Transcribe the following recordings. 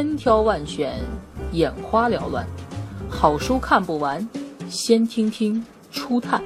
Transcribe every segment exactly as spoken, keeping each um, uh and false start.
千挑万选，眼花缭乱，好书看不完，先听听初探。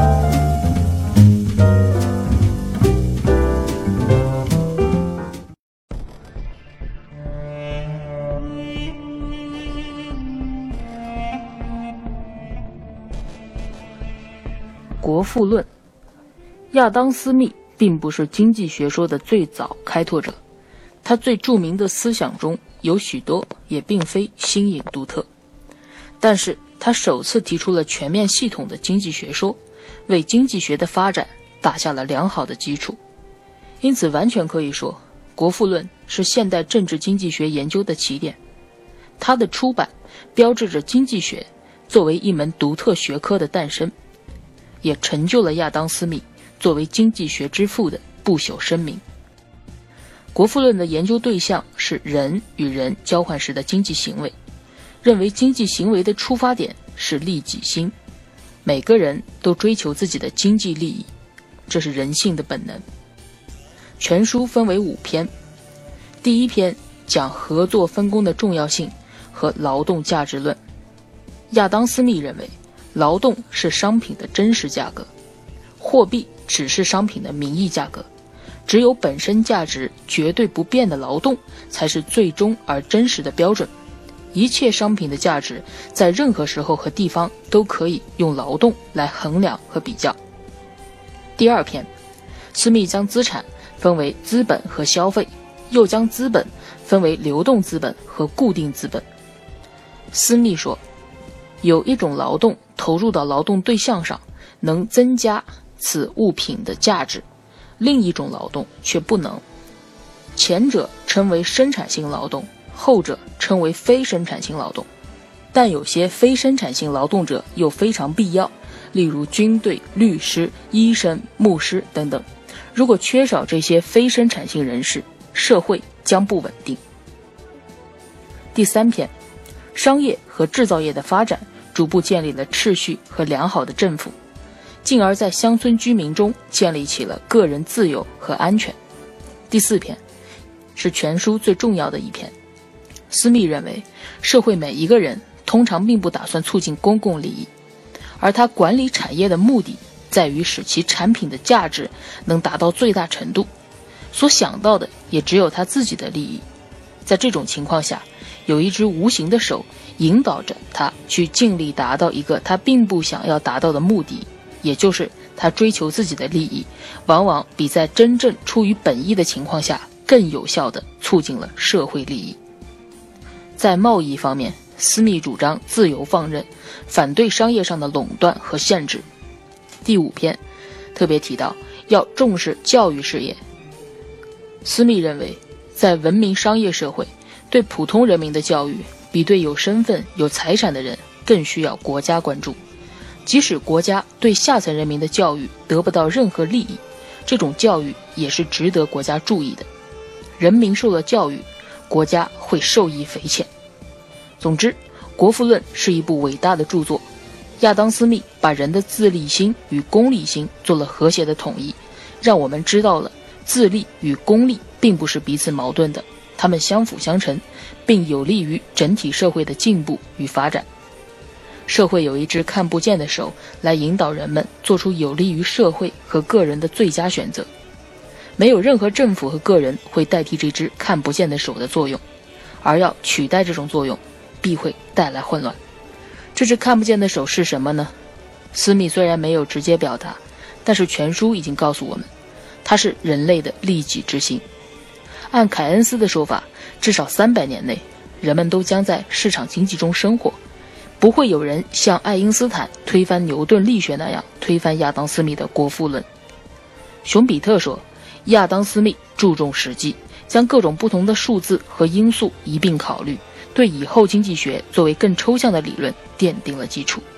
国富论。亚当·斯密并不是经济学说的最早开拓者，他最著名的思想中有许多也并非新颖独特，但是他首次提出了全面系统的经济学说，为经济学的发展打下了良好的基础。因此完全可以说，国富论是现代政治经济学研究的起点。它的出版标志着经济学作为一门独特学科的诞生，也成就了亚当·斯密作为经济学之父的不朽声名。国富论的研究对象是人与人交换时的经济行为，认为经济行为的出发点是利己心，每个人都追求自己的经济利益，这是人性的本能。全书分为五篇，第一篇讲合作分工的重要性和劳动价值论。亚当·斯密认为，劳动是商品的真实价格，货币只是商品的名义价格，只有本身价值绝对不变的劳动才是最终而真实的标准。一切商品的价值在任何时候和地方都可以用劳动来衡量和比较。第二篇，斯密将资产分为资本和消费，又将资本分为流动资本和固定资本。斯密说，有一种劳动投入到劳动对象上，能增加此物品的价值，另一种劳动却不能。前者称为生产性劳动，后者称为非生产性劳动。但有些非生产性劳动者又非常必要，例如军队、律师、医生、牧师等等。如果缺少这些非生产性人士，社会将不稳定。第三篇，商业和制造业的发展逐步建立了秩序和良好的政府，进而在乡村居民中建立起了个人自由和安全。第四篇是全书最重要的一篇。斯密认为，社会每一个人通常并不打算促进公共利益，而他管理产业的目的在于使其产品的价值能达到最大程度，所想到的也只有他自己的利益。在这种情况下，有一只无形的手引导着他去尽力达到一个他并不想要达到的目的，也就是他追求自己的利益，往往比在真正出于本意的情况下更有效地促进了社会利益。在贸易方面，斯密主张自由放任，反对商业上的垄断和限制。第五篇特别提到要重视教育事业。斯密认为，在文明商业社会，对普通人民的教育比对有身份有财产的人更需要国家关注。即使国家对下层人民的教育得不到任何利益，这种教育也是值得国家注意的。人民受了教育，国家会受益匪浅。总之，国富论是一部伟大的著作。亚当·斯密把人的自利心与功利心做了和谐的统一，让我们知道了自利与功利并不是彼此矛盾的，它们相辅相成，并有利于整体社会的进步与发展。社会有一只看不见的手来引导人们做出有利于社会和个人的最佳选择。没有任何政府和个人会代替这只看不见的手的作用，而要取代这种作用，必会带来混乱。这只看不见的手是什么呢？斯密虽然没有直接表达，但是全书已经告诉我们，它是人类的利己之心。按凯恩斯的说法，至少三百年内，人们都将在市场经济中生活，不会有人像爱因斯坦推翻牛顿力学那样推翻亚当·斯密的国富论。熊彼特说，亚当·斯密注重实际，将各种不同的数字和因素一并考虑，对以后经济学作为更抽象的理论奠定了基础。